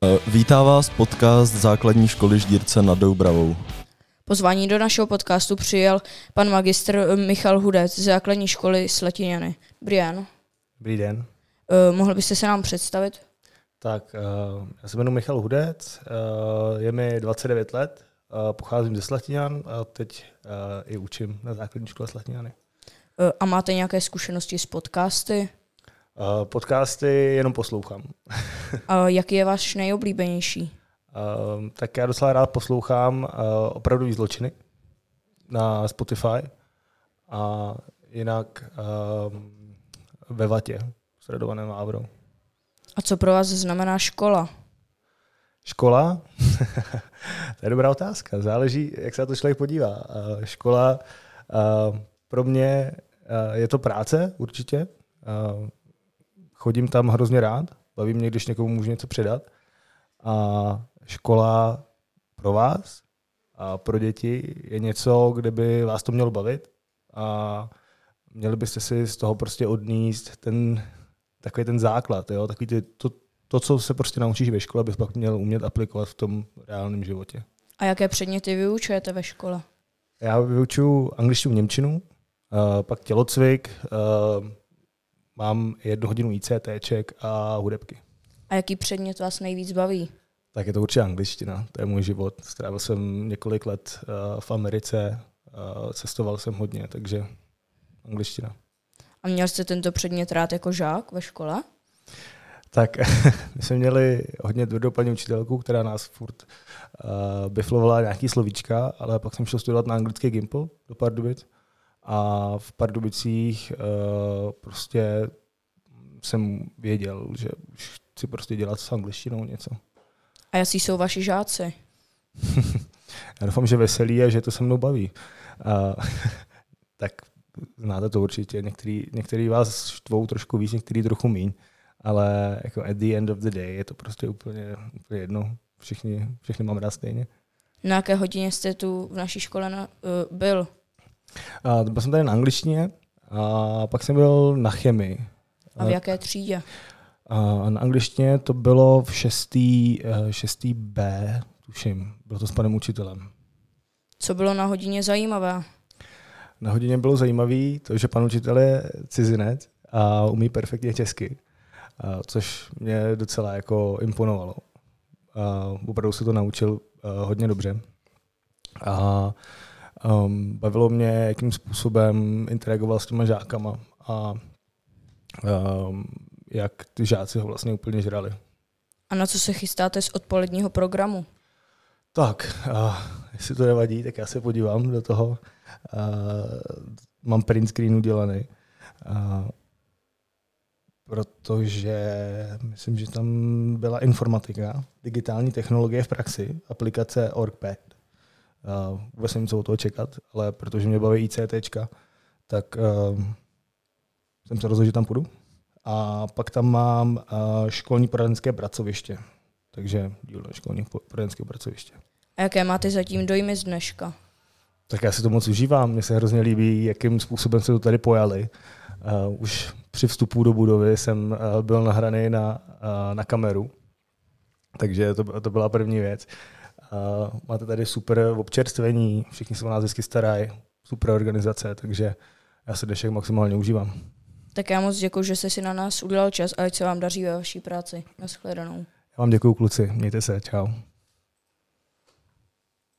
Vítá vás podcast Základní školy Ždírce nad Doubravou. Pozvání do našeho podcastu přijal pan magistr Michal Hudec z Základní školy Slatiňany. Dobrý den. Dobrý den. Mohl byste se nám představit? Tak, já se jmenuji Michal Hudec, je mi 29 let, pocházím ze Slatiňan a teď i učím na Základní škole Slatiňany. A máte nějaké zkušenosti s podcasty? Podcasty jenom poslouchám. A jaký je váš nejoblíbenější? Tak já docela rád poslouchám Opravdový zločiny na Spotify a jinak ve Vatě s Radovanem Vávrou. A co pro vás znamená škola? Škola? To je dobrá otázka. Záleží, jak se na to člověk podívá. Škola pro mě je to práce určitě. Chodím tam hrozně rád. Baví mě, když někomu můžu něco předat. A škola pro vás a pro děti je něco, kde by vás to mělo bavit. A měli byste si z toho prostě odníst takový ten základ. Jo? Takový to, co se prostě naučíš ve škole, bys pak měl umět aplikovat v tom reálném životě. A jaké předměty vyučujete ve škole? Já vyučuji angličtinu, němčinu, pak tělocvik, mám 1 hodinu ICTček a hudebky. A jaký předmět vás nejvíc baví? Tak je to určitě angličtina, to je můj život. Strávil jsem několik let v Americe, cestoval jsem hodně, takže angličtina. A měl jste tento předmět rád jako žák ve škole? Tak my jsme měli hodně tvrdou paní učitelku, která nás furt biflovala nějaký slovíčka, ale pak jsem šel studovat na anglický Gimple do Pardubic a v Pardubicích prostě jsem věděl, že už chci prostě dělat s angličtinou něco. A jaký jsou vaši žáci? Já doufám, že veselí a že to se mnou baví. Tak znáte to určitě. Některý vás štvou trošku víc, některý trochu míň. Ale jako at the end of the day je to prostě úplně jedno. Všichni mám rád stejně. Na jaké hodině jste tu v naší škole byl? Byl jsem tady na angličtině a pak jsem byl na chemii. A v jaké třídě? Na angličtině to bylo v 6. B, tuším. Bylo to s panem učitelem. Co bylo na hodině zajímavé? Na hodině bylo zajímavé to, že pan učitel je cizinec a umí perfektně česky. Což mě docela jako imponovalo. Opravdu se to naučil hodně dobře. A bavilo mě, jakým způsobem interagoval s těma žákama a jak ty žáci ho vlastně úplně žrali. A na co se chystáte z odpoledního programu? Tak, jestli to nevadí, tak já se podívám do toho. Mám print screen udělaný. Protože myslím, že tam byla informatika, digitální technologie v praxi, aplikace OrgPad. Vůbec nevím, co od toho čekat, ale protože mě baví ICTčka, tak jsem se rozhodl, že tam půjdu. A pak tam mám školní poradenské pracoviště. Takže dílno školní poradenské pracoviště. A jaké máte zatím dojmy z dneška? Tak já si to moc užívám. Mně se hrozně líbí, jakým způsobem se to tady pojali. Už při vstupu do budovy jsem byl nahraný na kameru, takže to byla první věc. Máte tady super občerstvení, všichni se o nás vždycky starají, super organizace, takže já se dnešek maximálně užívám. Tak já moc děkuji, že jste si na nás udělal čas a ať se vám daří ve vaší práci. Naschledanou. Já vám děkuji, kluci, mějte se, čau.